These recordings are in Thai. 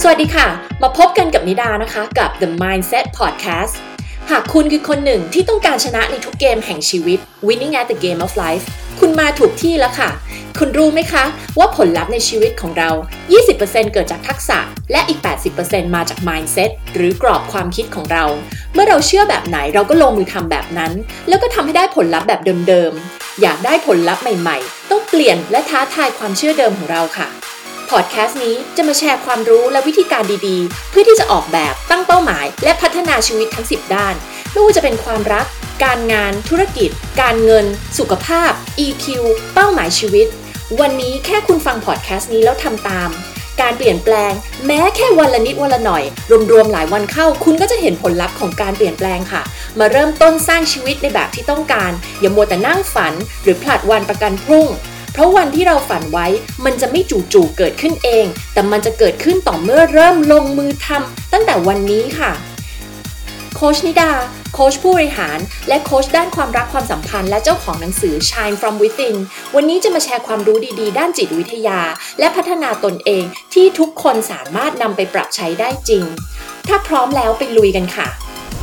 สวัสดีค่ะมาพบกันกับนิดานะคะกับ The Mindset Podcast หากคุณคือคนหนึ่งที่ต้องการชนะในทุกเกมแห่งชีวิต Winning at the Game of Life คุณมาถูกที่แล้วค่ะคุณรู้ไหมคะว่าผลลัพธ์ในชีวิตของเรา 20% เกิดจากทักษะและอีก 80% มาจาก Mindset หรือกรอบความคิดของเราเมื่อเราเชื่อแบบไหนเราก็ลงมือทำแบบนั้นแล้วก็ทำให้ได้ผลลัพธ์แบบเดิมๆอยากได้ผลลัพธ์ใหม่ๆต้องเปลี่ยนและท้าทายความเชื่อเดิมของเราค่ะพอดแคสต์นี้จะมาแชร์ความรู้และวิธีการดีๆเพื่อที่จะออกแบบตั้งเป้าหมายและพัฒนาชีวิตทั้ง10ด้านไม่ว่าจะเป็นความรักการงานธุรกิจการเงินสุขภาพ EQ เป้าหมายชีวิตวันนี้แค่คุณฟังพอดแคสต์นี้แล้วทำตามการเปลี่ยนแปลงแม้แค่วันละนิดวันละหน่อยรวมๆหลายวันเข้าคุณก็จะเห็นผลลัพธ์ของการเปลี่ยนแปลงค่ะมาเริ่มต้นสร้างชีวิตในแบบที่ต้องการอย่ามัวแต่นั่งฝันหรือผลัดวันประกันพรุ่งเพราะวันที่เราฝันไว้มันจะไม่จู่ๆเกิดขึ้นเองแต่มันจะเกิดขึ้นต่อเมื่อเริ่มลงมือทำตั้งแต่วันนี้ค่ะโค้ชนิดาโค้ชผู้บริหารและโค้ชด้านความรักความสัมพันธ์และเจ้าของหนังสือ Shine from Within วันนี้จะมาแชร์ความรู้ดีๆด้านจิตวิทยาและพัฒนาตนเองที่ทุกคนสามารถนำไปปรับใช้ได้จริงถ้าพร้อมแล้วไปลุยกันค่ะ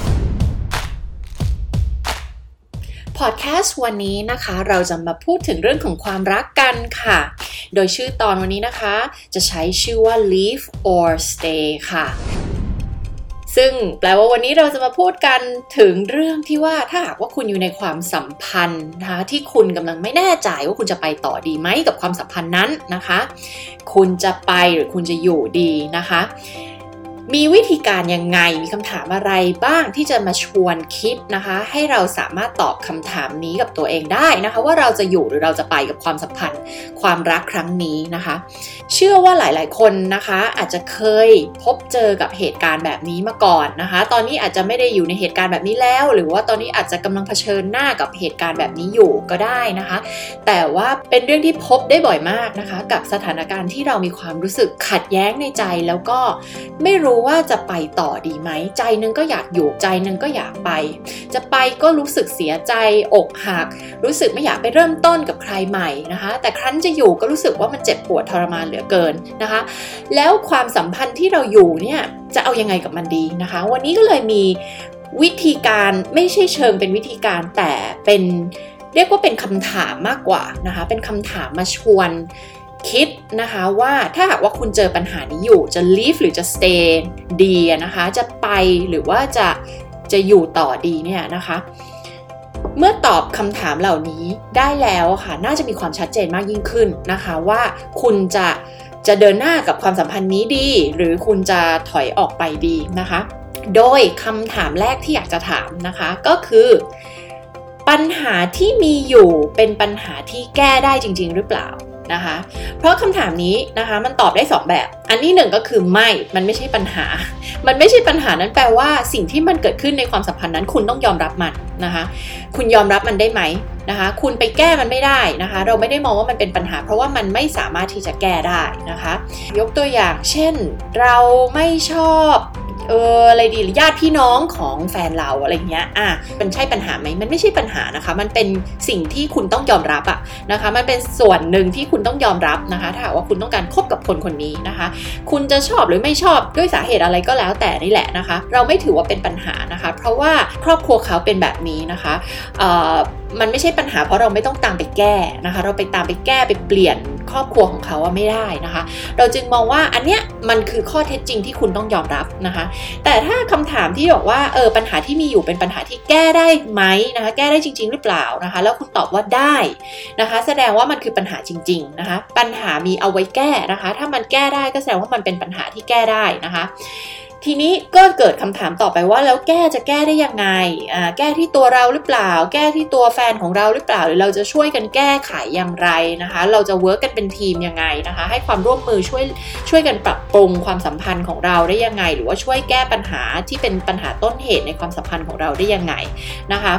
พอดแคสต์วันนี้นะคะเราจะมาพูดถึงเรื่องของความรักกันค่ะโดยชื่อตอนวันนี้นะคะจะใช้ชื่อว่า Leave or Stay ค่ะซึ่งแปลว่าวันนี้เราจะมาพูดกันถึงเรื่องที่ว่าถ้าหากว่าคุณอยู่ในความสัมพันธ์นะคะที่คุณกำลังไม่แน่ใจว่าคุณจะไปต่อดีไหมกับความสัมพันธ์นั้นนะคะคุณจะไปหรือคุณจะอยู่ดีนะคะมีวิธีการยังไงมีคำถามอะไรบ้างที่จะมาชวนคิดนะคะให้เราสามารถตอบคำถามนี้กับตัวเองได้นะคะว่าเราจะอยู่หรือเราจะไปกับความสัมพันธ์ความรักครั้งนี้นะคะเชื่อว่าหลายๆคนนะคะอาจจะเคยพบเจอกับเหตุการณ์แบบนี้มาก่อนนะคะตอนนี้อาจจะไม่ได้อยู่ในเหตุการณ์แบบนี้แล้วหรือว่าตอนนี้อาจจะกำลังเผชิญหน้ากับเหตุการณ์แบบนี้อยู่ก็ได้นะคะแต่ว่าเป็นเรื่องที่พบได้บ่อยมากนะคะกับสถานการณ์ที่เรามีความรู้สึกขัดแย้งในใจแล้วก็ไม่รู้ว่าจะไปต่อดีไหมใจนึงก็อยากอยู่ใจนึงก็อยากไปจะไปก็รู้สึกเสียใจอกหักรู้สึกไม่อยากไปเริ่มต้นกับใครใหม่นะคะแต่ครั้นจะอยู่ก็รู้สึกว่ามันเจ็บปวดทรมานเหลือเกินนะคะแล้วความสัมพันธ์ที่เราอยู่เนี่ยจะเอายังไงกับมันดีนะคะวันนี้ก็เลยมีวิธีการไม่ใช่เชิงเป็นวิธีการแต่เป็นเรียกว่าเป็นคำถามมากกว่านะคะเป็นคำถามมาชวนคิดนะคะว่าถ้าหากว่าคุณเจอปัญหานี้อยู่จะ leave หรือจะ stay ดีนะคะจะไปหรือว่าจะอยู่ต่อดีเนี่ยนะคะเมื่อตอบคำถามเหล่านี้ได้แล้วค่ะน่าจะมีความชัดเจนมากยิ่งขึ้นนะคะว่าคุณจะเดินหน้ากับความสัมพันธ์นี้ดีหรือคุณจะถอยออกไปดีนะคะโดยคำถามแรกที่อยากจะถามนะคะก็คือปัญหาที่มีอยู่เป็นปัญหาที่แก้ได้จริงๆหรือเปล่านะคะเพราะคำถามนี้นะคะมันตอบได้2แบบอันที่1ก็คือมันไม่ใช่ปัญหามันไม่ใช่ปัญหานั้นแปลว่าสิ่งที่มันเกิดขึ้นในความสัมพันธ์นั้นคุณต้องยอมรับมันนะคะคุณยอมรับมันได้ไหมนะคะคุณไปแก้มันไม่ได้นะคะเราไม่ได้มองว่ามันเป็นปัญหาเพราะว่ามันไม่สามารถที่จะแก้ได้นะคะยกตัวอย่างเช่นเราไม่ชอบอะไรดีญาติพี่น้องของแฟนเราอะไรเงี้ยมันใช่ปัญหาไหมมันไม่ใช่ปัญหานะคะมันเป็นสิ่งที่คุณต้องยอมรับนะคะมันเป็นส่วนหนึ่งที่คุณต้องยอมรับนะคะถ้าหากว่าคุณต้องการคบกับคนคนนี้นะคะคุณจะชอบหรือไม่ชอบด้วยสาเหตุอะไรก็แล้วแต่นี่แหละนะคะเราไม่ถือว่าเป็นปัญหานะคะเพราะว่าครอบครัวเขาเป็นแบบนี้นะคะมันไม่ใช่ปัญหาเพราะเราไม่ต้องตามไปแก้นะคะเราไปตามไปแก้ไปเปลี่ยนครอบครัวของเขาไม่ได้นะคะเราจึงมองว่าอันเนี้ยมันคือข้อเท็จจริงที่คุณต้องยอมรับนะคะแต่ถ้าคำถามที่บอกว่าปัญหาที่มีอยู่เป็นปัญหาที่แก้ได้ไหมนะคะแก้ได้จริงๆหรือเปล่านะคะแล้วคุณตอบว่าได้นะคะแสดงว่ามันคือปัญหาจริงๆนะคะปัญหามีเอาไว้แก้นะคะถ้ามันแก้ได้ก็แสดงว่ามันเป็นปัญหาที่แก้ได้นะคะทีนี้ก็เกิดคำถามต่อไปว่าแล้วจะแก้ได้ยังไงแก้ที่ตัวเราหรือเปล่าแก้ที่ตัวแฟนของเราหรือเปล่าหรือเราจะช่วยกันแก้ไขอย่างไรนะคะเราจะเวิร์กกันเป็นทีมยังไงนะคะให้ความร่วมมือช่วยกันปรับปรุงความสัมพันธ์ของเราได้ยังไงหรือว่าช่วยแก้ปัญหาที่เป็นปัญหาต้นเหตุในความสัมพันธ์ของเราได้ยังไงนะคะ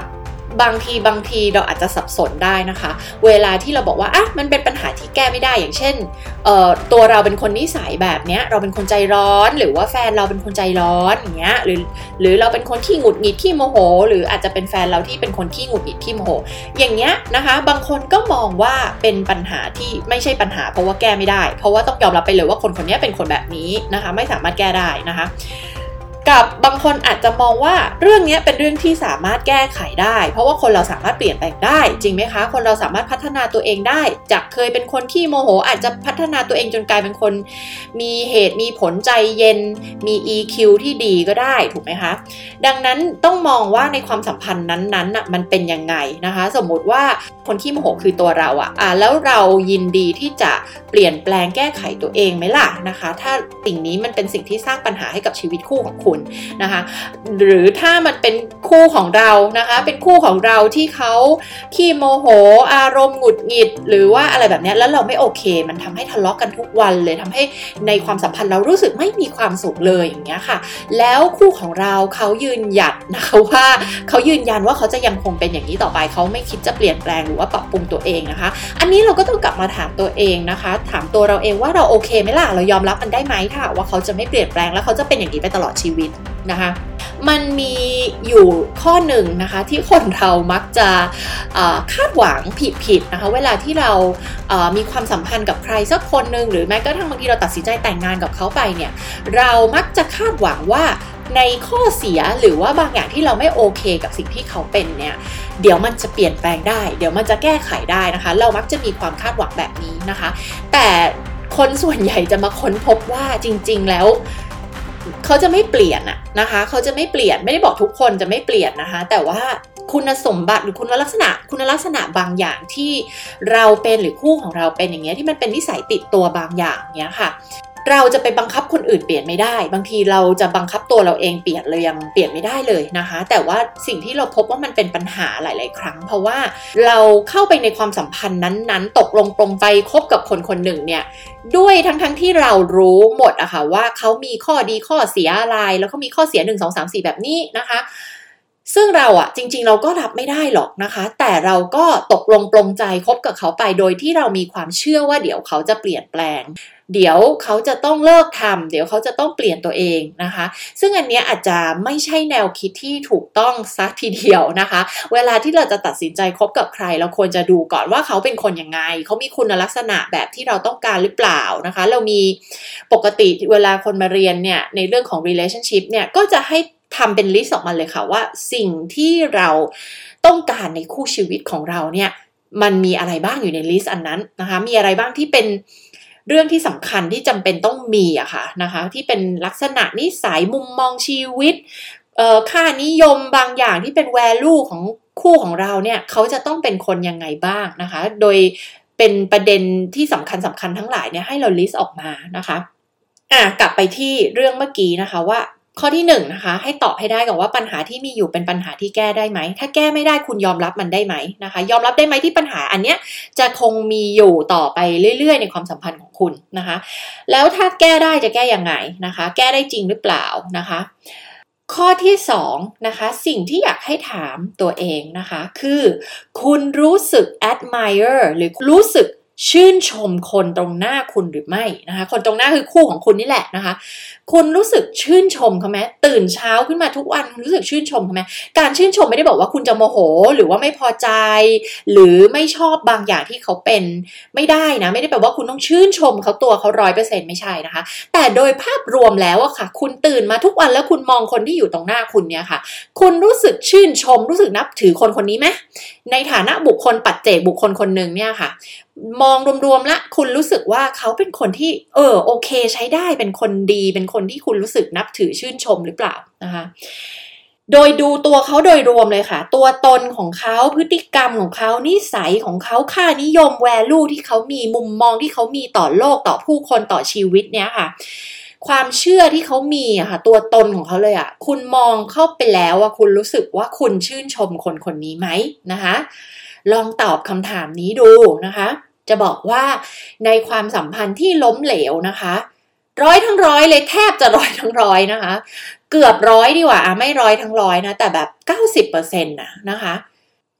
บางทีเราอาจจะสับสนได้นะคะเวลาที่เราบอกว่ามันเป็นปัญหาที่แก้ไม่ได้อย่างเช่นตัวเราเป็นคนนิสัยแบบเนี้ยเราเป็นคนใจร้อนหรือว่าแฟนเราเป็นคนใจร้อนอย่างเงี้ยหรือเราเป็นคนขี้หงุดหงิดขี้โมโหหรืออาจจะเป็นแฟนเราที่เป็นคนขี้หงุดหงิดขี้โมโหอย่างเงี้ยนะคะบางคนก็มองว่าเป็นปัญหาที่ไม่ใช่ปัญหาเพราะว่าแก้ไม่ได้เพราะว่าต้องยอมรับไปเลยว่าคนนี้เป็นคนแบบนี้นะคะไม่สามารถแก้ได้นะคะกับบางคนอาจจะมองว่าเรื่องนี้เป็นเรื่องที่สามารถแก้ไขได้เพราะว่าคนเราสามารถเปลี่ยนแปลงได้จริงไหมคะคนเราสามารถพัฒนาตัวเองได้จากเคยเป็นคนขี้โมโหอาจจะพัฒนาตัวเองจนกลายเป็นคนมีเหตุมีผลใจเย็นมี EQ ที่ดีก็ได้ถูกไหมคะดังนั้นต้องมองว่าในความสัมพันธ์นั้นๆมันเป็นยังไงนะคะสมมุติว่าคนขี้โมโหคือตัวเราแล้วเรายินดีที่จะเปลี่ยนแปลงแก้ไขตัวเองไหมล่ะนะคะถ้าสิ่งนี้มันเป็นสิ่งที่สร้างปัญหาให้กับชีวิตคู่ของคุณนะคะหรือถ้ามันเป็นคู่ของเรานะคะเป็นคู่ของเราที่เขาขี้โมโหอารมณ์หงุดหงิดหรือว่าอะไรแบบนี้แล้วเราไม่โอเคมันทำให้ทะเลาะกันทุกวันเลยทำให้ในความสัมพันธ์เรารู้สึกไม่มีความสุขเลยอย่างเงี้ยค่ะแล้วคู่ของเราเขายืนหยัดนะคะว่าเขายืนยันว่าเขาจะยังคงเป็นอย่างนี้ต่อไปเขาไม่คิดจะเปลี่ยนแปลงหรือว่าปรับปรุงตัวเองนะคะอันนี้เราก็ต้องกลับมาถามตัวเองนะคะถามตัวเราเองว่าเราโอเคไหมล่ะเรายอมรับมันได้ไหมถ้าว่าเขาจะไม่เปลี่ยนแปลงแล้วเขาจะเป็นอย่างนี้ไปตลอดชีวิตนะคะมันมีอยู่ข้อหนึ่งนะคะที่คนเรามักจะคาดหวังผิดนะคะเวลาที่เรามีความสัมพันธ์กับใครสักคนหนึ่งหรือแม้กระทั่งบางทีเราตัดสินใจแต่งงานกับเขาไปเนี่ยเรามักจะคาดหวังว่าในข้อเสียหรือว่าบางอย่างที่เราไม่โอเคกับสิ่งที่เขาเป็นเนี่ยเดี๋ยวมันจะเปลี่ยนแปลงได้เดี๋ยวมันจะแก้ไขได้นะคะเรามักจะมีความคาดหวังแบบนี้นะคะแต่คนส่วนใหญ่จะมาค้นพบว่าจริงๆแล้วเขาจะไม่เปลี่ยนนะคะเขาจะไม่เปลี่ยนไม่ได้บอกทุกคนจะไม่เปลี่ยนนะคะแต่ว่าคุณสมบัติหรือคุณลักษณะบางอย่างที่เราเป็นหรือคู่ของเราเป็นอย่างเงี้ยที่มันเป็นนิสัยติดตัวบางอย่างเนี้ยค่ะเราจะไปบังคับคนอื่นเปลี่ยนไม่ได้บางทีเราจะบังคับตัวเราเองเปลี่ยนเลยยังเปลี่ยนไม่ได้เลยนะคะแต่ว่าสิ่งที่เราพบว่ามันเป็นปัญหาหลายๆครั้งเพราะว่าเราเข้าไปในความสัมพันธ์นั้นๆตกลงปลงใจคบกับคนคนหนึ่งเนี่ยด้วยทั้งที่เรารู้หมดอะค่ะว่าเขามีข้อดีข้อเสียอะไรแล้วเขามีข้อเสีย1 2 3 4แบบนี้นะคะซึ่งเราจริงๆเราก็รับไม่ได้หรอกนะคะแต่เราก็ตกลงปลงใจคบกับเขาไปโดยที่เรามีความเชื่อว่าเดี๋ยวเขาจะเปลี่ยนแปลงเดี๋ยวเขาจะต้องเลิกทำเดี๋ยวเขาจะต้องเปลี่ยนตัวเองนะคะซึ่งอันนี้อาจจะไม่ใช่แนวคิดที่ถูกต้องสักทีเดียวนะคะเวลาที่เราจะตัดสินใจคบกับใครเราควรจะดูก่อนว่าเขาเป็นคนยังไงเขามีคุณลักษณะแบบที่เราต้องการหรือเปล่านะคะเรามีปกติเวลาคนมาเรียนเนี่ยในเรื่องของ relationship เนี่ยก็จะให้ทำเป็นลิสต์ออกมาเลยค่ะว่าสิ่งที่เราต้องการในคู่ชีวิตของเราเนี่ยมันมีอะไรบ้างอยู่ในลิสต์อันนั้นนะคะมีอะไรบ้างที่เป็นเรื่องที่สำคัญที่จำเป็นต้องมีค่ะนะคะที่เป็นลักษณะนิสัยมุมมองชีวิตค่านิยมบางอย่างที่เป็น value ของคู่ของเราเนี่ยเขาจะต้องเป็นคนยังไงบ้างนะคะโดยเป็นประเด็นที่สำคัญทั้งหลายเนี่ยให้เราลิสต์ออกมานะคะกลับไปที่เรื่องเมื่อกี้นะคะว่าข้อที่1นะคะให้ตอบให้ได้ก่อนว่าปัญหาที่มีอยู่เป็นปัญหาที่แก้ได้ไหมถ้าแก้ไม่ได้คุณยอมรับมันได้ไหมนะคะยอมรับได้ไหมที่ปัญหาอันเนี้ยจะคงมีอยู่ต่อไปเรื่อยๆในความสัมพันธ์ของคุณนะคะแล้วถ้าแก้ได้จะแก้ยังไงนะคะแก้ได้จริงหรือเปล่านะคะข้อที่2นะคะสิ่งที่อยากให้ถามตัวเองนะคะคือคุณรู้สึก admire หรือรู้สึกชื่นชมคนตรงหน้าคุณหรือไม่นะคะคนตรงหน้าคือคู่ของคุณนี่แหละนะคะคุณรู้สึกชื่นชมเขาไหมตื่นเช้าขึ้นมาทุกวันรู้สึกชื่นชมเขาไหมการชื่นชมไม่ได้บอกว่าคุณจะโมโหหรือว่าไม่พอใจหรือไม่ชอบบางอย่างที่เขาเป็นไม่ได้นะไม่ได้แปลว่าคุณต้องชื่นชมเขาตัวเขา 100% ไม่ใช่นะคะแต่โดยภาพรวมแล้วอะค่ะคุณตื่นมาทุกวันแล้วคุณมองคนที่อยู่ตรงหน้าคุณเนี่ยค่ะคุณรู้สึกชื่นชมรู้สึกนับถือคนคนนี้ไหมในฐานะบุคคลปัจเจกบุคคลคนหนึ่งเนี่ยค่ะมองรวมๆละคุณรู้สึกว่าเขาเป็นคนที่โอเคใช้ได้เป็นคนดีเป็นคนที่คุณรู้สึกนับถือชื่นชมหรือเปล่านะคะโดยดูตัวเขาโดยรวมเลยค่ะตัวตนของเขาพฤติกรรมของเขานิสัยของเขาค่านิยม value ที่เขามีมุมมองที่เขามีต่อโลกต่อผู้คนต่อชีวิตเนี่ยค่ะความเชื่อที่เขามีค่ะตัวตนของเขาเลยคุณมองเข้าไปแล้วคุณรู้สึกว่าคุณชื่นชมคนคนนี้ไหมนะคะลองตอบคำถามนี้ดูนะคะจะบอกว่าในความสัมพันธ์ที่ล้มเหลวนะคะ100 ทั้ง 100เลยแทบจะ100 ทั้ง 100นะคะเกือบ100ดีกว่าไม่100 ทั้ง 100นะแต่แบบ 90% นะคะ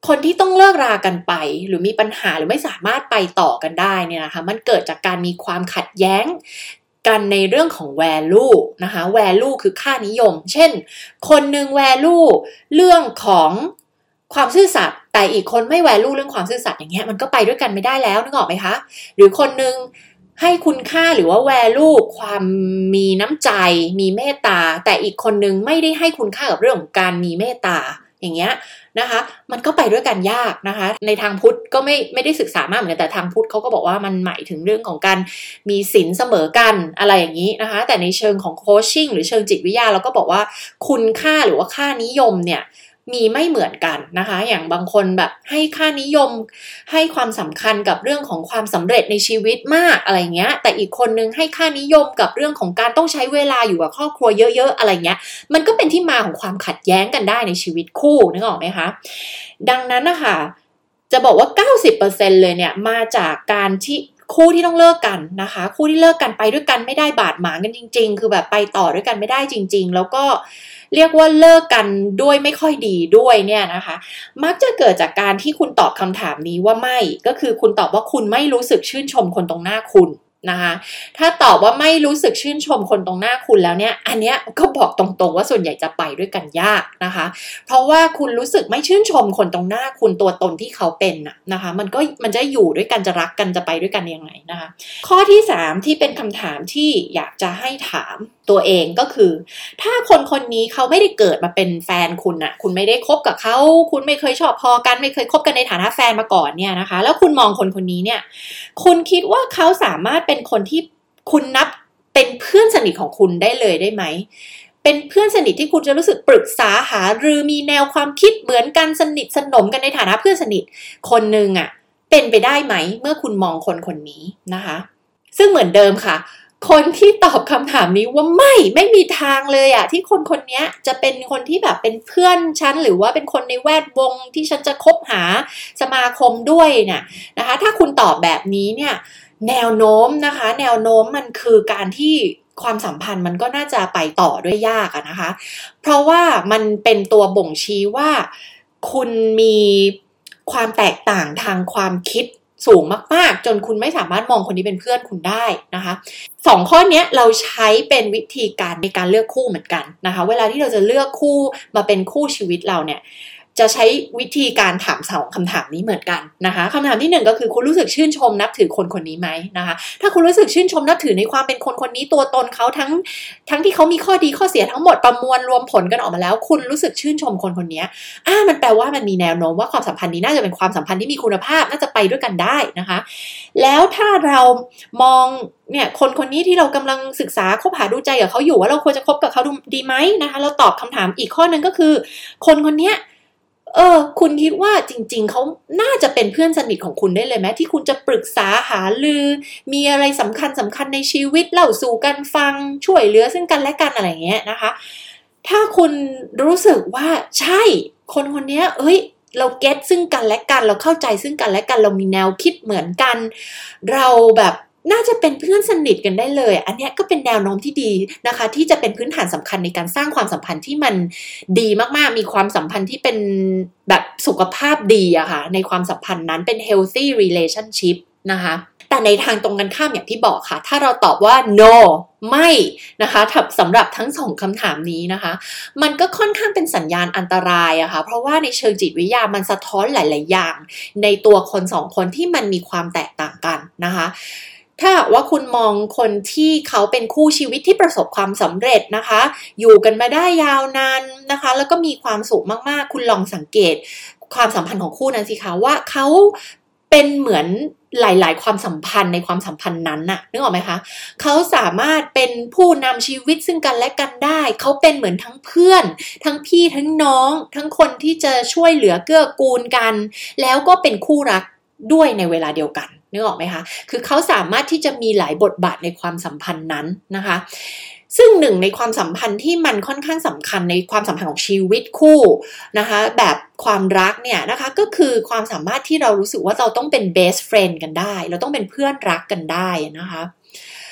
คนที่ต้องเลิกรากันไปหรือมีปัญหาหรือไม่สามารถไปต่อกันได้เนี่ยนะคะมันเกิดจากการมีความขัดแย้งกันในเรื่องของ value นะคะ value คือค่านิยมเช่นคนหนึ่ง value เรื่องของความซื่อสัตย์แต่อีกคนไม่ value เรื่องความซื่อสัตย์อย่างเงี้ยมันก็ไปด้วยกันไม่ได้แล้วนึกออกไหมคะหรือคนหนึ่งให้คุณค่าหรือว่า value ความมีน้ำใจมีเมตตาแต่อีกคนหนึ่งไม่ได้ให้คุณค่ากับเรื่องของการมีเมตตาอย่างเงี้ยนะคะมันก็ไปด้วยกันยากนะคะในทางพุทธก็ไม่ได้ศึกษามากเหมือนกันแต่ทางพุทธเขาก็บอกว่ามันหมายถึงเรื่องของการมีศีลเสมอกันอะไรอย่างนี้นะคะแต่ในเชิงของโคชชิ่งหรือเชิงจิตวิทยาเราก็บอกว่าคุณค่าหรือว่าค่านิยมเนี่ยมีไม่เหมือนกันนะคะอย่างบางคนแบบให้ค่านิยมให้ความสำคัญกับเรื่องของความสำเร็จในชีวิตมากอะไรเงี้ยแต่อีกคนนึงให้ค่านิยมกับเรื่องของการต้องใช้เวลาอยู่กับครอบครัวเยอะๆอะไรเงี้ยมันก็เป็นที่มาของความขัดแย้งกันได้ในชีวิตคู่นึกออกไหมคะดังนั้นนะคะจะบอกว่า 90% เลยเนี่ยมาจากการที่คู่ที่ต้องเลิกกันนะคะคู่ที่เลิกกันไปด้วยกันไม่ได้บาดหมางกันจริงๆคือแบบไปต่อด้วยกันไม่ได้จริงๆแล้วก็เรียกว่าเลิกกันด้วยไม่ค่อยดีด้วยเนี่ยนะคะมักจะเกิดจากการที่คุณตอบคำถามนี้ว่าไม่ก็คือคุณตอบว่าคุณไม่รู้สึกชื่นชมคนตรงหน้าคุณนะคะถ้าตอบว่าไม่รู้สึกชื่นชมคนตรงหน้าคุณแล้วเนี่ยอันเนี้ยก็บอกตรงๆว่าส่วนใหญ่จะไปด้วยกันยากนะคะเพราะว่าคุณรู้สึกไม่ชื่นชมคนตรงหน้าคุณตัวตนที่เขาเป็นนะคะมันจะอยู่ด้วยกันจะรักกันจะไปด้วยกันยังไงนะคะข้อที่3ที่เป็นคำถามที่อยากจะให้ถามตัวเองก็คือถ้าคนนี้เขาไม่ได้เกิดมาเป็นแฟนคุณน่ะคุณไม่ได้คบกับเขาคุณไม่เคยชอบพอกันไม่เคยคบกันในฐานะแฟนมาก่อนเนี่ยนะคะแล้วคุณมองคนนี้เนี่ยคุณคิดว่าเขาสามารถเป็นคนที่คุณนับเป็นเพื่อนสนิทของคุณได้เลยได้ไหมเป็นเพื่อนสนิทที่คุณจะรู้สึกปรึกษาหารือมีแนวความคิดเหมือนกันสนิทสนมกันในฐานะเพื่อนสนิทคนนึงอ่ะเป็นไปได้ไหมเมื่อคุณมองคนนี้นะคะซึ่งเหมือนเดิมค่ะคนที่ตอบคำถามนี้ว่าไม่มีทางเลยอะที่คนนี้จะเป็นคนที่แบบเป็นเพื่อนฉันหรือว่าเป็นคนในแวดวงที่ฉันจะคบหาสมาคมด้วยเนี่ยนะคะถ้าคุณตอบแบบนี้เนี่ยแนวโน้มนะคะแนวโน้มมันคือการที่ความสัมพันธ์มันก็น่าจะไปต่อด้วยยากอะนะคะเพราะว่ามันเป็นตัวบ่งชี้ว่าคุณมีความแตกต่างทางความคิดสูงมากๆจนคุณไม่สามารถมองคนนี้เป็นเพื่อนคุณได้นะคะ2ข้อนี้เราใช้เป็นวิธีการในการเลือกคู่เหมือนกันนะคะเวลาที่เราจะเลือกคู่มาเป็นคู่ชีวิตเราเนี่ยจะใช้วิธีการถาม2คำถามนี้เหมือนกันนะคะคำถามที่1ก็คือคุณรู้สึกชื่นชมนับถือคนนี้ไหมนะคะถ้าคุณรู้สึกชื่นชมนับถือในความเป็นคนนี้ตัวตนเขาทั้งที่เขามีข้อดีข้อเสียทั้งหมดประมวลรวมผลกันออกมาแล้วคุณรู้สึกชื่นชมคนนี้มันแปลว่ามันมีแนวโน้มว่าความสัมพันธ์นี้น่าจะเป็นความสัมพันธ์ที่มีคุณภาพน่าจะไปด้วยกันได้นะคะแล้วถ้าเรามองเนี่ยคนนี้ที่เรากำลังศึกษาคบหาดูใจกับเขาอยู่ว่าเราควรจะคบกับเขาดีไหมนะคะเราตอบคำถามอีกข้อนึงก็คือคนนี้คุณคิดว่าจริงๆเขาน่าจะเป็นเพื่อนสนิทของคุณได้เลยไหมที่คุณจะปรึกษาหารือมีอะไรสำคัญในชีวิตเล่าสู่กันฟังช่วยเหลือซึ่งกันและกันอะไรเงี้ยนะคะถ้าคุณรู้สึกว่าใช่คนนี้เราเก็ตซึ่งกันและกันเราเข้าใจซึ่งกันและกันเรามีแนวคิดเหมือนกันเราแบบน่าจะเป็นเพื่อนสนิทกันได้เลยอันนี้ก็เป็นแนวโน้มที่ดีนะคะที่จะเป็นพื้นฐานสำคัญในการสร้างความสัมพันธ์ที่มันดีมากๆมีความสัมพันธ์ที่เป็นแบบสุขภาพดีอะค่ะในความสัมพันธ์นั้นเป็น healthy relationship นะคะแต่ในทางตรงกันข้ามอย่างที่บอกค่ะถ้าเราตอบว่า no ไม่นะคะสำหรับทั้ง2คำถามนี้นะคะมันก็ค่อนข้างเป็นสัญญาณอันตรายอะค่ะเพราะว่าในเชิงจิตวิทยามันสะท้อนหลายๆอย่างในตัวคน2คนที่มันมีความแตกต่างกันนะคะถ้าว่าคุณมองคนที่เขาเป็นคู่ชีวิตที่ประสบความสำเร็จนะคะอยู่กันมาได้ยาวนานนะคะแล้วก็มีความสุขมากๆคุณลองสังเกตความสัมพันธ์ของคู่นั้นสิคะว่าเขาเป็นเหมือนหลายๆความสัมพันธ์ในความสัมพันธ์นั้นน่ะนึกออกไหมคะเขาสามารถเป็นผู้นำชีวิตซึ่งกันและกันได้เขาเป็นเหมือนทั้งเพื่อนทั้งพี่ทั้งน้องทั้งคนที่จะช่วยเหลือเกื้อกูลกันแล้วก็เป็นคู่รักด้วยในเวลาเดียวกันนึกออกไหมคะคือเขาสามารถที่จะมีหลายบทบาทในความสัมพันธ์นั้นนะคะซึ่งหนึ่งในความสัมพันธ์ที่มันค่อนข้างสำคัญในความสัมพันธ์ของชีวิตคู่นะคะแบบความรักเนี่ยนะคะก็คือความสามารถที่เรารู้สึกว่าเราต้องเป็น best friend กันได้เราต้องเป็นเพื่อนรักกันได้นะคะ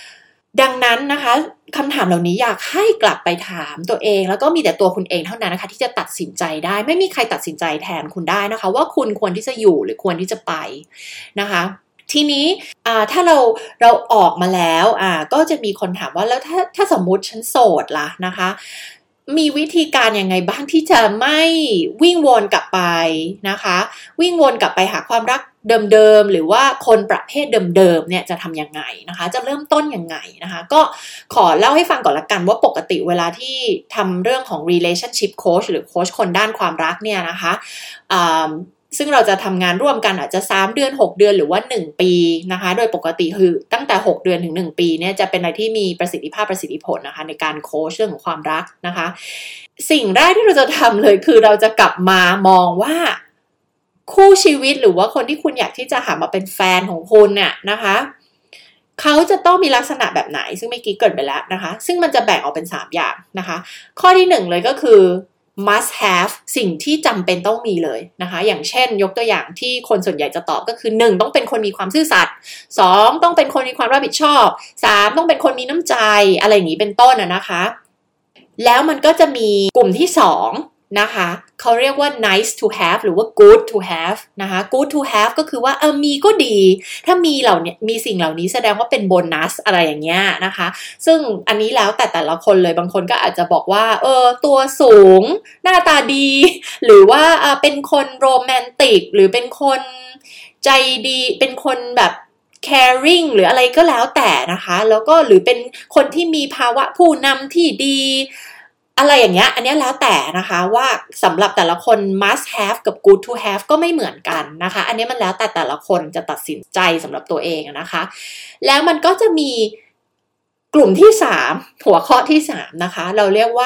ดังนั้นนะคะคำถามเหล่านี้อยากให้กลับไปถามตัวเองแล้วก็มีแต่ตัวคุณเองเท่านั้นนะคะที่จะตัดสินใจได้ไม่มีใครตัดสินใจแทนคุณได้นะคะว่าคุณควรที่จะอยู่หรือควรที่จะไปนะคะทีนี้ถ้าเราออกมาแล้วก็จะมีคนถามว่าแล้วถ้าสมมุติฉันโสดล่ะนะคะมีวิธีการยังไงบ้างที่จะไม่วิ่งวนกลับไปนะคะวิ่งวนกลับไปหาความรักเดิมๆหรือว่าคนประเภทเดิมๆเนี่ยจะทำยังไงนะคะจะเริ่มต้นยังไงนะคะก็ขอเล่าให้ฟังก่อนละกันว่าปกติเวลาที่ทำเรื่องของ relationship coach หรือโค้ชคนด้านความรักเนี่ยนะคะซึ่งเราจะทำงานร่วมกันอาจจะ3เดือน6เดือนหรือว่า1ปีนะคะโดยปกติคือตั้งแต่6เดือนถึง1ปีเนี่ยจะเป็นอะไรที่มีประสิทธิผลนะคะในการโค้ชเรื่องของความรักนะคะสิ่งแรกที่เราจะทำเลยคือเราจะกลับมามองว่าคู่ชีวิตหรือว่าคนที่คุณอยากที่จะหามาเป็นแฟนของคุณเนี่ยนะคะเขาจะต้องมีลักษณะแบบไหนซึ่งเมื่อกี้เกริ่นไปแล้วนะคะซึ่งมันจะแบ่งออกเป็น3อย่างนะคะข้อที่1เลยก็คือmust have สิ่งที่จำเป็นต้องมีเลยนะคะอย่างเช่นยกตัวอย่างที่คนส่วนใหญ่จะตอบก็คือ1ต้องเป็นคนมีความซื่อสัตย์2ต้องเป็นคนมีความรับผิดชอบ3ต้องเป็นคนมีน้ำใจอะไรอย่างนี้เป็นต้นนะคะแล้วมันก็จะมีกลุ่มที่2นะคะเขาเรียกว่า nice to have หรือว่า good to have นะคะ good to have ก็คือว่ามีก็ดีถ้ามีมีสิ่งเหล่านี้แสดงว่าเป็นโบนัสอะไรอย่างเงี้ยนะคะซึ่งอันนี้แล้วแต่ละคนเลยบางคนก็อาจจะบอกว่าตัวสูงหน้าตาดีหรือว่าเป็นคนโรแมนติกหรือเป็นคนใจดีเป็นคนแบบ caring หรืออะไรก็แล้วแต่นะคะแล้วก็หรือเป็นคนที่มีภาวะผู้นำที่ดีอะไรอย่างเงี้ยอันนี้แล้วแต่นะคะว่าสำหรับแต่ละคน must have กับ good to have ก็ไม่เหมือนกันนะคะอันนี้มันแล้วแต่ละคนจะตัดสินใจสำหรับตัวเองนะคะแล้วมันก็จะมีกลุ่มที่3หัวข้อที่3นะคะเราเรียกว่า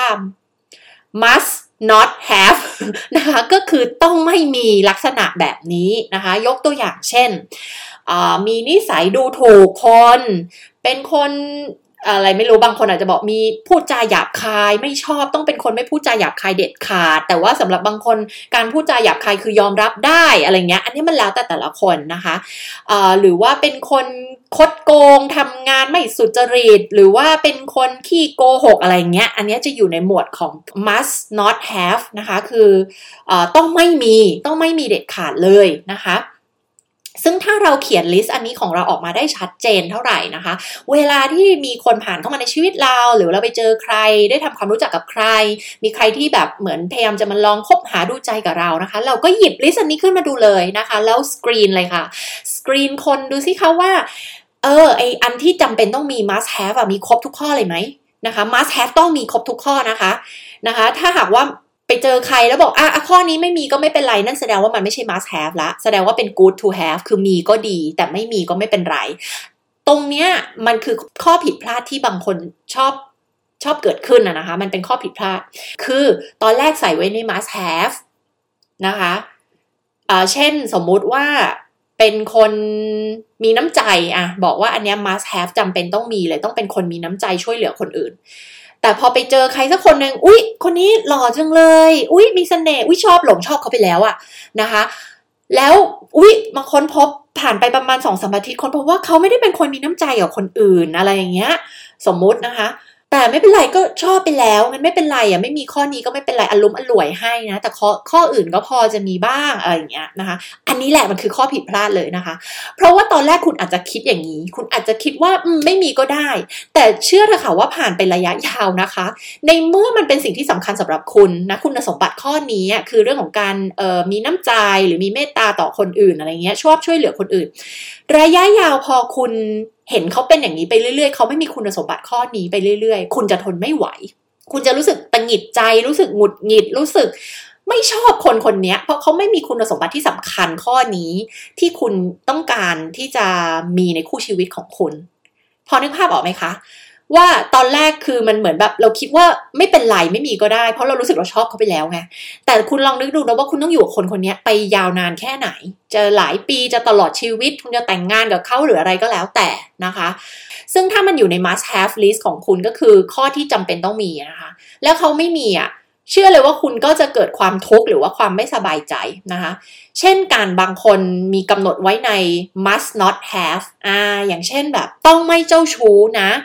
must not have นะคะก็คือต้องไม่มีลักษณะแบบนี้นะคะยกตัวอย่างเช่นมีนิสัยดูถูกคนเป็นคนอะไรไม่รู้บางคนอาจจะบอกมีพูดจาหยาบคายไม่ชอบต้องเป็นคนไม่พูดจาหยาบคายเด็ดขาดแต่ว่าสำหรับบางคนการพูดจาหยาบคายคือยอมรับได้อะไรเงี้ยอันนี้มันแล้วแต่ละคนนะคะหรือว่าเป็นคนคดโกงทำงานไม่สุจริตหรือว่าเป็นคนขี้โกหกอะไรเงี้ยอันนี้จะอยู่ในหมวดของ must not have นะคะคือต้องไม่มีเด็ดขาดเลยนะคะซึ่งถ้าเราเขียนลิสต์อันนี้ของเราออกมาได้ชัดเจนเท่าไหร่นะคะเวลาที่มีคนผ่านเข้ามาในชีวิตเราหรือเราไปเจอใครได้ทำความรู้จักกับใครมีใครที่แบบเหมือนพยายามจะมาลองคบหาดูใจกับเรานะคะเราก็หยิบลิสต์อันนี้ขึ้นมาดูเลยนะคะแล้วสกรีนเลยค่ะสกรีนคนดูสิคะว่าไออันที่จำเป็นต้องมี must have มีครบทุกข้อเลยไหมนะคะ must have ต้องมีครบทุกข้อนะคะถ้าหากว่าไปเจอใครแล้วบอกข้อนี้ไม่มีก็ไม่เป็นไรนั่นแสดงว่ามันไม่ใช่ must have ละแสดงว่าเป็น good to have คือมีก็ดีแต่ไม่มีก็ไม่เป็นไรตรงเนี้ยมันคือข้อผิดพลาดที่บางคนชอบเกิดขึ้นนะคะมันเป็นข้อผิดพลาดคือตอนแรกใส่ไว้ใน must have นะคะเช่นสมมุติว่าเป็นคนมีน้ำใจบอกว่าอันเนี้ย must have จำเป็นต้องมีเลยต้องเป็นคนมีน้ำใจช่วยเหลือคนอื่นแต่พอไปเจอใครสักคนหนึ่งอุ๊ยคนนี้หล่อจังเลยอุ๊ยมีเสน่ห์อุ๊ยชอบเขาไปแล้วนะคะแล้วอุ๊ยมาค้นพบผ่านไปประมาณ 2-3 อาทิตย์ค้นพบว่าเขาไม่ได้เป็นคนมีน้ำใจกับคนอื่นอะไรอย่างเงี้ยสมมุตินะคะแต่ไม่เป็นไรก็ชอบไปแล้วงั้นไม่เป็นไรไม่มีข้อนี้ก็ไม่เป็นไรอร่วยให้นะแต่ข้ออื่นก็พอจะมีบ้างอะไรอย่างเงี้ยนะคะอันนี้แหละมันคือข้อผิดพลาดเลยนะคะเพราะว่าตอนแรกคุณอาจจะคิดอย่างนี้คุณอาจจะคิดว่าไม่มีก็ได้แต่เชื่อเถอะค่ะว่าผ่านไประยะยาวนะคะในเมื่อมันเป็นสิ่งที่สำคัญสำหรับคุณนะคุณสมบัติข้อนี้คือเรื่องของการมีน้ำใจหรือมีเมตตาต่อคนอื่นอะไรเงี้ยชอบช่วยเหลือคนอื่นระยะยาวพอคุณเห็นเขาเป็นอย่างนี้ไปเรื่อยๆเขาไม่มีคุณสมบัติข้อนี้ไปเรื่อยๆคุณจะทนไม่ไหวคุณจะรู้สึกตังหงิดใจรู้สึกหงุดหงิดรู้สึกไม่ชอบคนนี้เพราะเขาไม่มีคุณสมบัติที่สำคัญข้อนี้ที่คุณต้องการที่จะมีในคู่ชีวิตของคุณพอนึกภาพออกไหมคะว่าตอนแรกคือมันเหมือนแบบเราคิดว่าไม่เป็นไรไม่มีก็ได้เพราะเรารู้สึกเราชอบเขาไปแล้วไงแต่คุณลองนึกดูนะว่าคุณต้องอยู่กับคนนี้ไปยาวนานแค่ไหนจะหลายปีจะตลอดชีวิตคุณจะแต่งงานกับเขาหรืออะไรก็แล้วแต่นะคะซึ่งถ้ามันอยู่ใน must have list ของคุณก็คือข้อที่จำเป็นต้องมีนะคะแล้วเขาไม่มีเชื่อเลยว่าคุณก็จะเกิดความทุกข์หรือว่าความไม่สบายใจนะคะเช่นการบางคนมีกำหนดไว้ใน must not haveอย่างเช่นแบบต้องไม่เจ้าชู้นะ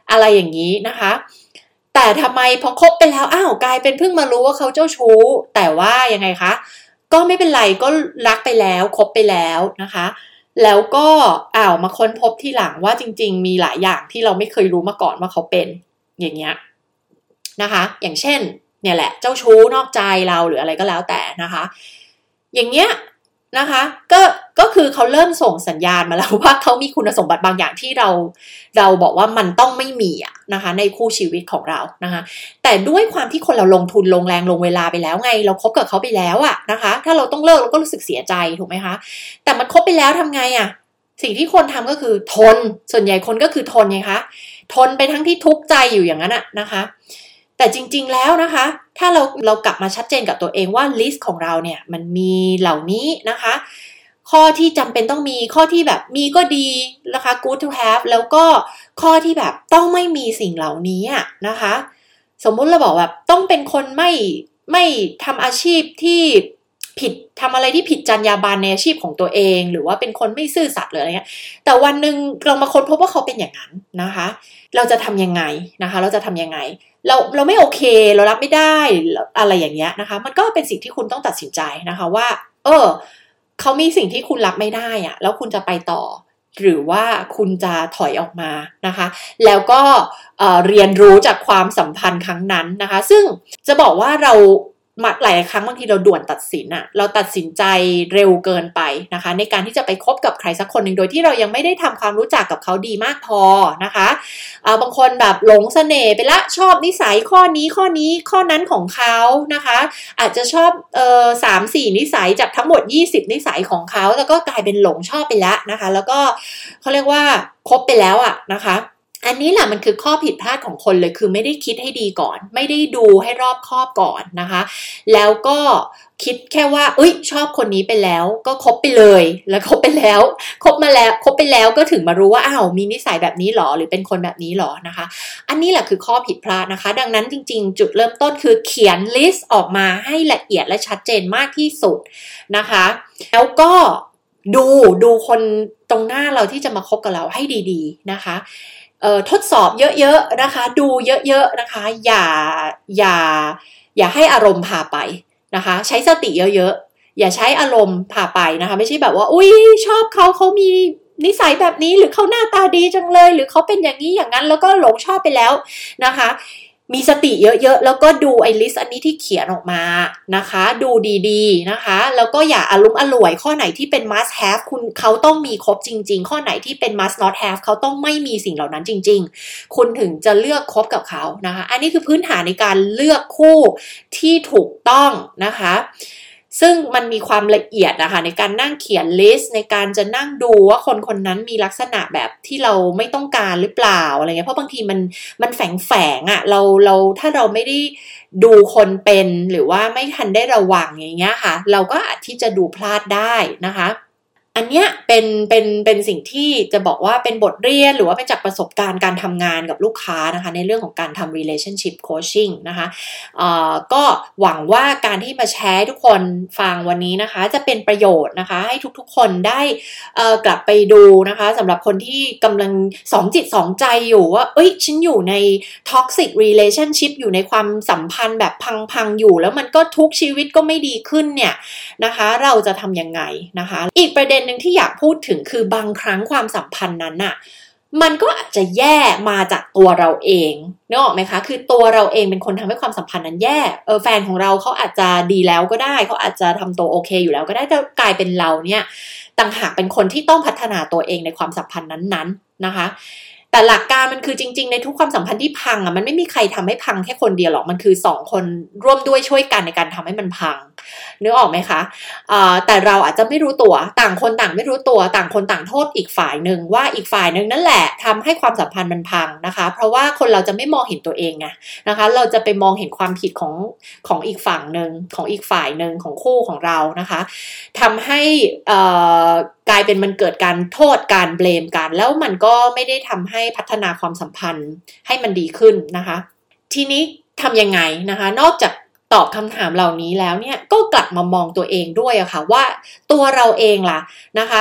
อะไรอย่างนี้นะคะแต่ทำไมพอคบไปแล้วกลายเป็นเพิ่งมารู้ว่าเขาเจ้าชู้แต่ว่ายังไงคะก็ไม่เป็นไรก็รักไปแล้วคบไปแล้วนะคะแล้วก็มาค้นพบทีหลังว่าจริงๆมีหลายอย่างที่เราไม่เคยรู้มาก่อนว่าเขาเป็นอย่างเงี้ยนะคะอย่างเช่นเนี่ยแหละเจ้าชู้นอกใจเราหรืออะไรก็แล้วแต่นะคะอย่างเงี้ยนะคะก็คือเขาเริ่มส่งสัญญาณมาแล้วว่าเขามีคุณสมบัติบางอย่างที่เราบอกว่ามันต้องไม่มีนะคะในคู่ชีวิตของเรานะคะแต่ด้วยความที่คนเราลงทุนลงแรงลงเวลาไปแล้วไงเราคบกับเขาไปแล้วนะคะถ้าเราต้องเลิกเราก็รู้สึกเสียใจถูกไหมคะแต่มันคบไปแล้วทำไงสิ่งที่คนทำก็คือทนส่วนใหญ่คนก็คือทนไงคะทนไปทั้งที่ทุกข์ใจอยู่อย่างนั้นนะคะแต่จริงๆแล้วนะคะถ้าเรากลับมาชัดเจนกับตัวเองว่าลิสต์ของเราเนี่ยมันมีเหล่านี้นะคะข้อที่จำเป็นต้องมีข้อที่แบบมีก็ดีนะคะ good to have แล้วก็ข้อที่แบบต้องไม่มีสิ่งเหล่านี้นะคะสมมุติเราบอกแบบต้องเป็นคนไม่ทำอาชีพที่ผิดทำอะไรที่ผิดจรรยาบรรณในอาชีพของตัวเองหรือว่าเป็นคนไม่ซื่อสัตย์เลยอะไรเงี้ยแต่วันหนึ่งเรามาค้นพบว่าเขาเป็นอย่างนั้นนะคะเราจะทำยังไงนะคะเราจะทำยังไงเราไม่โอเคเรารับไม่ได้อะไรอย่างเงี้ยนะคะมันก็เป็นสิ่งที่คุณต้องตัดสินใจนะคะว่าเขามีสิ่งที่คุณรับไม่ได้แล้วคุณจะไปต่อหรือว่าคุณจะถอยออกมานะคะแล้วก็เรียนรู้จากความสัมพันธ์ครั้งนั้นนะคะซึ่งจะบอกว่าเราหลายครั้งบางทีเราด่วนตัดสินเราตัดสินใจเร็วเกินไปนะคะในการที่จะไปคบกับใครสักคนหนึ่งโดยที่เรายังไม่ได้ทำความรู้จักกับเขาดีมากพอนะคะบางคนแบบหลงเสน่ห์ไปละชอบนิสัยข้อนี้ข้อนั้นของเขานะคะอาจจะชอบ3-4 นิสัยจากทั้งหมด20 นิสัยของเขาแล้วก็กลายเป็นหลงชอบไปแล้วนะคะแล้วก็เขาเรียกว่าคบไปแล้วนะคะอันนี้แหละมันคือข้อผิดพลาดของคนเลยคือไม่ได้คิดให้ดีก่อนไม่ได้ดูให้รอบคอบก่อนนะคะแล้วก็คิดแค่ว่าชอบคนนี้ไปแล้วก็คบไปเลยแล้วคบไปแล้วคบไปแล้วก็ถึงมารู้ว่ามีนิสัยแบบนี้หรอหรือเป็นคนแบบนี้หรอนะคะอันนี้แหละคือข้อผิดพลาดนะคะดังนั้นจริงๆจุดเริ่มต้นคือเขียนลิสต์ออกมาให้ละเอียดและชัดเจนมากที่สุดนะคะแล้วก็ดูคนตรงหน้าเราที่จะมาคบกับเราให้ดีๆนะคะทดสอบเยอะๆนะคะดูเยอะๆนะคะอย่าให้อารมณ์พาไปนะคะใช้สติเยอะๆอย่าใช้อารมณ์พาไปนะคะไม่ใช่แบบว่าชอบเขามีนิสัยแบบนี้หรือเขาหน้าตาดีจังเลยหรือเขาเป็นอย่างนี้อย่างนั้นแล้วก็หลงชอบไปแล้วนะคะมีสติเยอะๆแล้วก็ดูไอ้ลิสต์อันนี้ที่เขียนออกมานะคะดูดีๆนะคะแล้วก็อย่าอร่วยข้อไหนที่เป็น must have เขาต้องมีครบจริงๆข้อไหนที่เป็น must not have เขาต้องไม่มีสิ่งเหล่านั้นจริงๆคุณถึงจะเลือกคบกับเขานะคะอันนี้คือพื้นฐานในการเลือกคู่ที่ถูกต้องนะคะซึ่งมันมีความละเอียดนะคะในการนั่งเขียนลิสต์ในการจะนั่งดูว่าคนนั้นมีลักษณะแบบที่เราไม่ต้องการหรือเปล่าอะไรเงี้ยเพราะบางทีมันแฝงเราถ้าเราไม่ได้ดูคนเป็นหรือว่าไม่ทันได้ระวังอย่างเงี้ยค่ะเราก็อาจที่จะดูพลาดได้นะคะอันเนี้ยเป็นสิ่งที่จะบอกว่าเป็นบทเรียนหรือว่าเป็นจากประสบการณ์การทำงานกับลูกค้านะคะในเรื่องของการทำ relationship coaching นะคะก็หวังว่าการที่มาแชร์ทุกคนฟังวันนี้นะคะจะเป็นประโยชน์นะคะให้ทุกๆคนได้กลับไปดูนะคะสำหรับคนที่กำลังสองจิตสองใจอยู่ว่าฉันอยู่ใน toxic relationship อยู่ในความสัมพันธ์แบบพังๆอยู่แล้วมันก็ทุกชีวิตก็ไม่ดีขึ้นเนี่ยนะคะเราจะทำยังไงนะคะอีกประเด็นหนึ่งที่อยากพูดถึงคือบางครั้งความสัมพันธ์นั้นมันก็อาจจะแย่มาจากตัวเราเองนึกออกไหมคะคือตัวเราเองเป็นคนทำให้ความสัมพันธ์นั้นแย่แฟนของเราเขาอาจจะดีแล้วก็ได้เขาอาจจะทำตัวโอเคอยู่แล้วก็ได้แต่กลายเป็นเราเนี่ยต่างหากเป็นคนที่ต้องพัฒนาตัวเองในความสัมพันธ์นั้นๆนะคะแต่หลักการมันคือจริงๆในทุกความสัมพันธ์ที่พังมันไม่มีใครทำให้พังแค่คนเดียวหรอกมันคือ2 คนร่วมด้วยช่วยกันในการทำให้มันพังนึกออกไหมคะแต่เราอาจจะไม่รู้ตัวต่างคนต่างไม่รู้ตัวต่างคนต่างโทษอีกฝ่ายหนึ่งว่าอีกฝ่ายหนึ่งนั่นแหละทำให้ความสัมพันธ์มันพังนะคะเพราะว่าคนเราจะไม่มองเห็นตัวเองไงนะคะเราจะไปมองเห็นความผิดของอีกฝั่งหนึ่งของอีกฝ่ายหนึ่งของคู่ของเรานะคะทำให้กลายเป็นมันเกิดการโทษการเบลมกันแล้วมันก็ไม่ได้ทำให้พัฒนาความสัมพันธ์ให้มันดีขึ้นนะคะทีนี้ทำยังไงนะคะนอกจากตอบคำถามเหล่านี้แล้วเนี่ยก็กลับมามองตัวเองด้วยอะค่ะว่าตัวเราเองล่ะนะคะ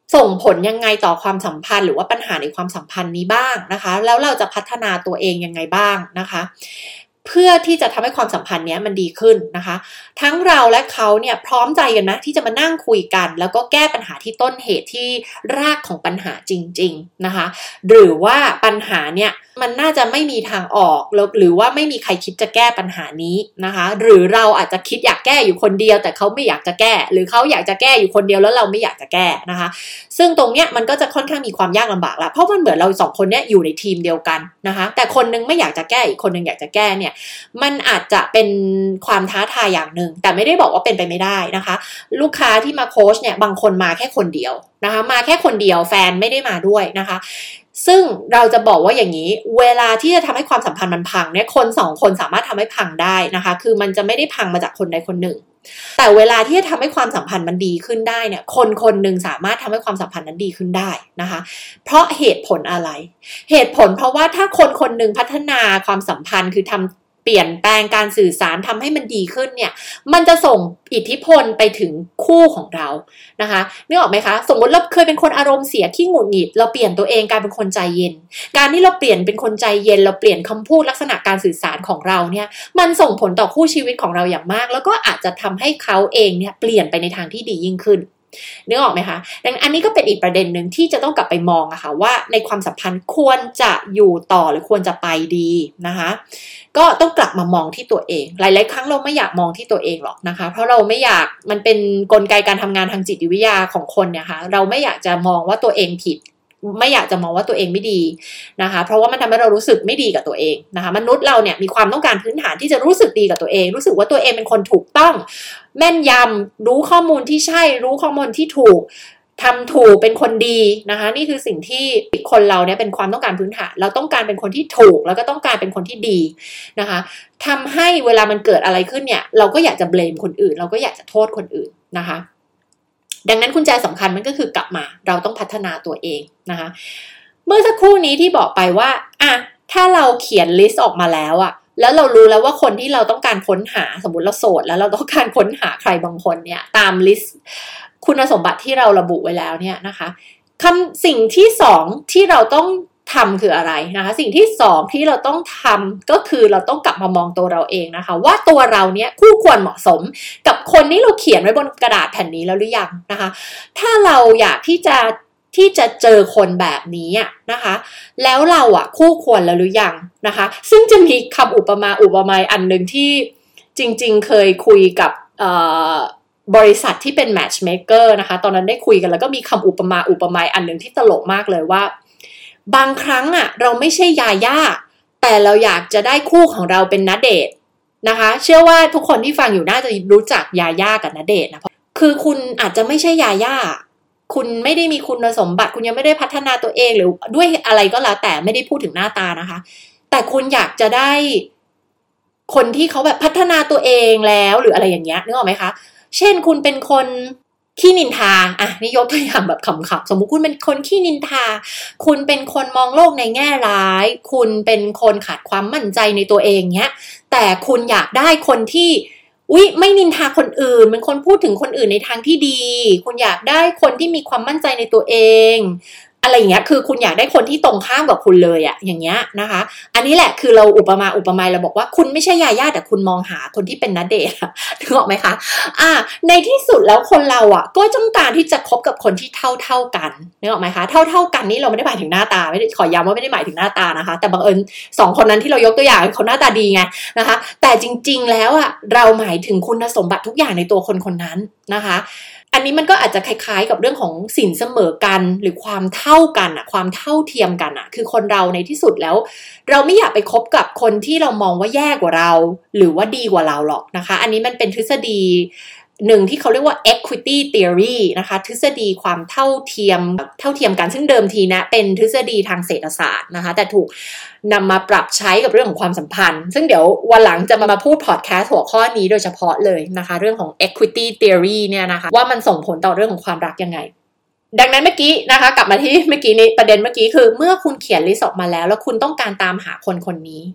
ส่งผลยังไงต่อความสัมพันธ์หรือว่าปัญหาในความสัมพันธ์นี้บ้างนะคะแล้วเราจะพัฒนาตัวเองยังไงบ้างนะคะเพื่อที่จะทำให้ความสัมพันธ์นี้มันดีขึ้นนะคะทั้งเราและเขาเนี่ยพร้อมใจกันนะที่จะมานั่งคุยกันแล้วก็แก้ปัญหาที่ต้นเหตุที่รากของปัญหาจริงๆนะคะหรือว่าปัญหาเนี่ยมันน่าจะไม่มีทางออกหรือว่าไม่มีใครคิดจะแก้ปัญหานี้นะคะหรือเราอาจจะคิดอยากแก้อยู่คนเดียวแต่เขาไม่อยากจะแก้หรือเขาอยากจะแก้อยู่คนเดียวแล้วเราไม่อยากจะแก้นะคะซึ่งตรงเนี้ยมันก็จะค่อนข้างมีความยากลำบากละเพราะมันเหมือนเราสองคนเนี้ยอยู่ในทีมเดียวกันนะคะแต่คนนึงไม่อยากจะแก้อีกคนนึงอยากจะแก้เนี่ยมันอาจจะเป็นความท้าทายอย่างหนึ่งแต่ไม่ได้บอกว่าเป็นไปไม่ได้นะคะลูกค้าที่มาโค้ชเนี่ยบางคนมาแค่คนเดียวนะคะมาแค่คนเดียวแฟนไม่ได้มาด้วยนะคะซึ่งเราจะบอกว่าอย่างนี้เวลาที่จะทำให้ความสัมพันธ์มันพังเนี่ยคนสองคนสามารถทำให้พังได้นะคะคือมันจะไม่ได้พังมาจากคนใดคนหนึ่งแต่เวลาที่จะทำให้ความสัมพันธ์มันดีขึ้นได้เนี่ยคนคนหนึ่งสามารถทำให้ความสัมพันธ์นั้นดีขึ้นได้นะคะเพราะเหตุผลอะไรเหตุผลเพราะว่าถ้าคนคนหนึ่งพัฒนาความสัมพันธ์คือเปลี่ยนแปลงการสื่อสารทำให้มันดีขึ้นเนี่ยมันจะส่งอิทธิพลไปถึงคู่ของเรานะคะนึกออกไหมคะสมมติเราเคยเป็นคนอารมณ์เสียขี้หงุดหงิดเราเปลี่ยนตัวเองกลายเป็นคนใจเย็นการที่เราเปลี่ยนเป็นคนใจเย็นเราเปลี่ยนคำพูดลักษณะการสื่อสารของเราเนี่ยมันส่งผลต่อคู่ชีวิตของเราอย่างมากแล้วก็อาจจะทำให้เขาเองเนี่ยเปลี่ยนไปในทางที่ดียิ่งขึ้นนึกออกไหมคะดังนั้นอันนี้ก็เป็นอีกประเด็นหนึ่งที่จะต้องกลับไปมองอะค่ะว่าในความสัมพันธ์ควรจะอยู่ต่อหรือควรจะไปดีนะคะก็ต้องกลับมามองที่ตัวเองหลายๆครั้งเราไม่อยากมองที่ตัวเองหรอกนะคะเพราะเราไม่อยากมันเป็นกลไกการทำงานทางจิตวิทยาของคนเนี่ยค่ะเราไม่อยากจะมองว่าตัวเองผิดไม่อยากจะมองว่าตัวเองไม่ดีนะคะเพราะว่ามันทำให้เรารู้สึกไม่ดีกับตัวเองนะคะมนุษย์เราเนี่ยมีความต้องการพื้นฐานที่จะรู้สึกดีกับตัวเองรู้สึกว่าตัวเองเป็นคนถูกต้องแม่นยำรู้ข้อมูลที่ใช่รู้ข้อมูลที่ถูกทำถูกเป็นคนดีนะคะนี่คือสิ่งที่คนเราเนี่ยเป็นความต้องการพื้นฐานเราต้องการเป็นคนที่ถูกแล้วก็ต้องการเป็นคนที่ดีนะคะทำให้เวลามันเกิดอะไรขึ้นเนี่ยเราก็อยากจะเบลมคนอื่นเราก็อยากจะโทษคนอื่นนะคะดังนั้นกุญแจสำคัญมันก็คือกลับมาเราต้องพัฒนาตัวเองนะคะเมื่อสักครู่นี้ที่บอกไปว่าถ้าเราเขียนลิสต์ออกมาแล้วแล้วเรารู้แล้วว่าคนที่เราต้องการค้นหาสมมติเราโสดแล้วเราต้องการค้นหาใครบางคนเนี่ยตามลิสต์คุณสมบัติที่เราระบุไว้แล้วเนี่ยนะคะสิ่งที่สองที่เราต้องทำคืออะไรนะคะสิ่งที่สองที่เราต้องทำก็คือเราต้องกลับมามองตัวเราเองนะคะว่าตัวเราเนี่ยคู่ควรเหมาะสมกับคนที่เราเขียนไว้บนกระดาษแผ่นนี้แล้วหรือยังนะคะถ้าเราอยากที่จะเจอคนแบบนี้นะคะแล้วเราคู่ควรแล้วหรือยังนะคะซึ่งจะมีคำอุปมาอันนึงที่จริงๆเคยคุยกับบริษัทที่เป็นแมทช์เมคเกอร์นะคะตอนนั้นได้คุยกันแล้วก็มีคำอุปมาอันนึงที่ตลกมากเลยว่าบางครั้งเราไม่ใช่ยาย่าแต่เราอยากจะได้คู่ของเราเป็นณเดชน์นะคะเชื่อว่าทุกคนที่ฟังอยู่น่าจะรู้จักยาย่ากับณเดชน์นะคือคุณอาจจะไม่ใช่ยาย่าคุณไม่ได้มีคุณสมบัติคุณยังไม่ได้พัฒนาตัวเองหรือด้วยอะไรก็แล้วแต่ไม่ได้พูดถึงหน้าตานะคะแต่คุณอยากจะได้คนที่เขาแบบพัฒนาตัวเองแล้วหรืออะไรอย่างเงี้ยนึกออกไหมคะเช่นคุณเป็นคนขี้นินทานี่ยกตัวอย่างแบบขำๆสมมุติคุณเป็นคนขี้นินทาคุณเป็นคนมองโลกในแง่ร้ายคุณเป็นคนขาดความมั่นใจในตัวเองเนี้ยแต่คุณอยากได้คนที่ไม่นินทาคนอื่นเป็นคนพูดถึงคนอื่นในทางที่ดีคุณอยากได้คนที่มีความมั่นใจในตัวเองอะไรอย่างเงี้ยคือคุณอยากได้คนที่ตรงข้ามกับคุณเลยอย่างเงี้ยนะคะอันนี้แหละคือเราอุปมาเราบอกว่าคุณไม่ใช่ยาย่าแต่คุณมองหาคนที่เป็นณเดชน์นึกออกไหมคะในที่สุดแล้วคนเราก็ต้องการที่จะคบกับคนที่เท่ากันนึกออกไหมคะเท่ากันนี่เราไม่ได้หมายถึงหน้าตาไม่ได้ขอย้ำว่าไม่ได้หมายถึงหน้าตานะคะแต่บังเอิญ2คนนั้นที่เรายกตัวอย่างเขาหน้าตาดีไงนะคะแต่จริงๆแล้วเราหมายถึงคุณสมบัติทุกอย่างในตัวคนนั้นนะคะอันนี้มันก็อาจจะคล้ายๆกับเรื่องของสินเสมอกันหรือความเท่ากันความเท่าเทียมกันคือคนเราในที่สุดแล้วเราไม่อยากไปคบกับคนที่เรามองว่าแย่กว่าเราหรือว่าดีกว่าเราหรอกนะคะอันนี้มันเป็นทฤษฎีหนึ่งที่เขาเรียกว่า equity theory นะคะทฤษฎีความเท่าเทียมกันซึ่งเดิมทีนะเป็นทฤษฎีทางเศรษฐศาสตร์นะคะแต่ถูกนำมาปรับใช้กับเรื่องของความสัมพันธ์ซึ่งเดี๋ยววันหลังจะมาพูดพอดแคสต์หัวข้อนี้โดยเฉพาะเลยนะคะเรื่องของ equity theory เนี่ยนะคะว่ามันส่งผลต่อเรื่องของความรักยังไงดังนั้นเมื่อกี้นะคะกลับมาที่เมื่อกี้นี้ประเด็นเมื่อกี้คือเมื่อคุณเขียนลิสต์ออกมาแล้วคุณต้องการตามหาคนนี้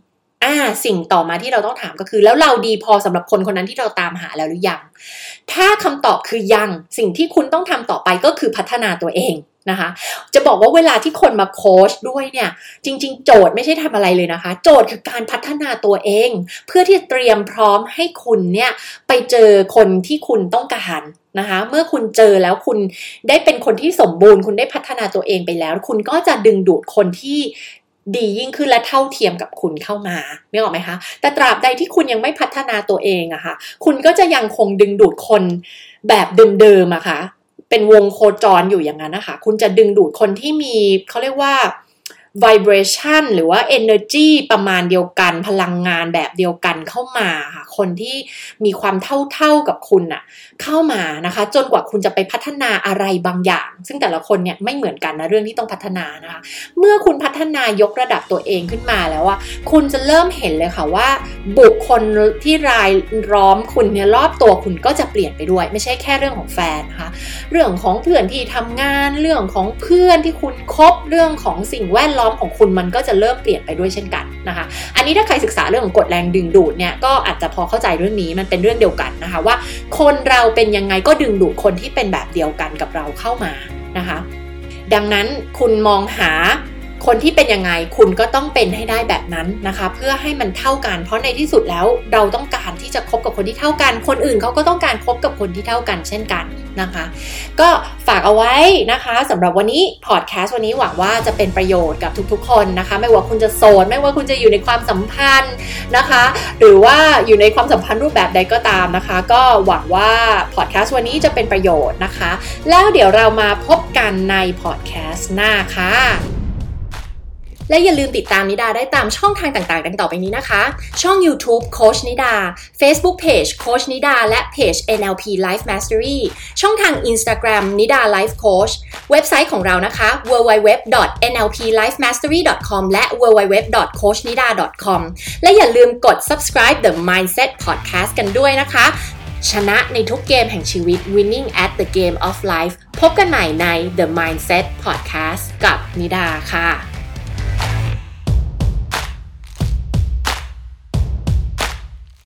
สิ่งต่อมาที่เราต้องถามก็คือแล้วเราดีพอสำหรับคนคนนั้นที่เราตามหาแล้วหรือยังถ้าคำตอบคือยังสิ่งที่คุณต้องทำต่อไปก็คือพัฒนาตัวเองนะคะจะบอกว่าเวลาที่คนมาโค้ชด้วยเนี่ยจริงๆโจทย์ไม่ใช่ทำอะไรเลยนะคะโจทย์คือการพัฒนาตัวเองเพื่อที่จะเตรียมพร้อมให้คุณเนี่ยไปเจอคนที่คุณต้องการนะคะเมื่อคุณเจอแล้วคุณได้เป็นคนที่สมบูรณ์คุณได้พัฒนาตัวเองไปแล้วคุณก็จะดึงดูดคนที่ดียิ่งขึ้นและเท่าเทียมกับคุณเข้ามานึกออกไหมคะแต่ตราบใดที่คุณยังไม่พัฒนาตัวเองอะค่ะคุณก็จะยังคงดึงดูดคนแบบเดิมๆอะค่ะเป็นวงโคจรอยู่อย่างนั้นนะคะคุณจะดึงดูดคนที่มีเขาเรียกว่า vibration หรือว่า energy ประมาณเดียวกันพลังงานแบบเดียวกันเข้ามาค่ะคนที่มีความเท่ากับคุณน่ะเข้ามานะคะจนกว่าคุณจะไปพัฒนาอะไรบางอย่างซึ่งแต่ละคนเนี่ยไม่เหมือนกันนะเรื่องที่ต้องพัฒนานะคะเมื่อคุณพัฒนายกระดับตัวเองขึ้นมาแล้วอ่ะคุณจะเริ่มเห็นเลยค่ะว่าบุคคลที่รายล้อมคุณเนี่ยรอบตัวคุณก็จะเปลี่ยนไปด้วยไม่ใช่แค่เรื่องของแฟนนะคะเรื่องของเพื่อนที่ทำงานเรื่องของเพื่อนที่คุณคบเรื่องของสิ่งแวดล้อมของคุณมันก็จะเริ่มเปลี่ยนไปด้วยเช่นกันนะคะอันนี้ถ้าใครศึกษาเรื่องของกฎแรงดึงดูดเนี่ยก็อาจจะพอเข้าใจเรื่องนี้มันเป็นเรื่องเดียวกันนะคะว่าคนเราเป็นยังไงก็ดึงดูดคนที่เป็นแบบเดียวกันกับเราเข้ามานะคะดังนั้นคุณมองหาคนที่เป็นยังไงคุณก็ต้องเป็นให้ได้แบบนั้นนะคะเพื่อให้มันเท่ากันเพราะในที่สุดแล้วเราต้องการที่จะคบกับคนที่เท่ากันคนอื่นเขาก็ต้องการคบกับคนที่เท่ากันเช่นกันนะคะก็ฝากเอาไว้นะคะสำหรับวันนี้พอดแคสต์วันนี้หวังว่าจะเป็นประโยชน์กับทุกๆคนนะคะไม่ว่าคุณจะโสดไม่ว่าคุณจะอยู่ในความสัมพันธ์นะคะหรือว่าอยู่ในความสัมพันธ์รูปแบบใดก็ตามนะคะก็หวังว่าพอดแคสต์วันนี้จะเป็นประโยชน์นะคะแล้วเดี๋ยวเรามาพบกันในพอดแคสต์หน้าค่ะและอย่าลืมติดตามนิดาได้ตามช่องทางต่างๆดังต่อไปนี้นะคะช่อง YouTube โค้ชนิดา Facebook Page โค้ชนิดาและเพจ NLP Life Mastery ช่องทาง Instagram นิดา Life Coach เว็บไซต์ของเรานะคะ www.nlplifemastery.com และ www.coachnida.com และอย่าลืมกด subscribe The Mindset Podcast กันด้วยนะคะชนะในทุกเกมแห่งชีวิต Winning at the Game of Life พบกันใหม่ใน The Mindset Podcast กับนิดาค่ะ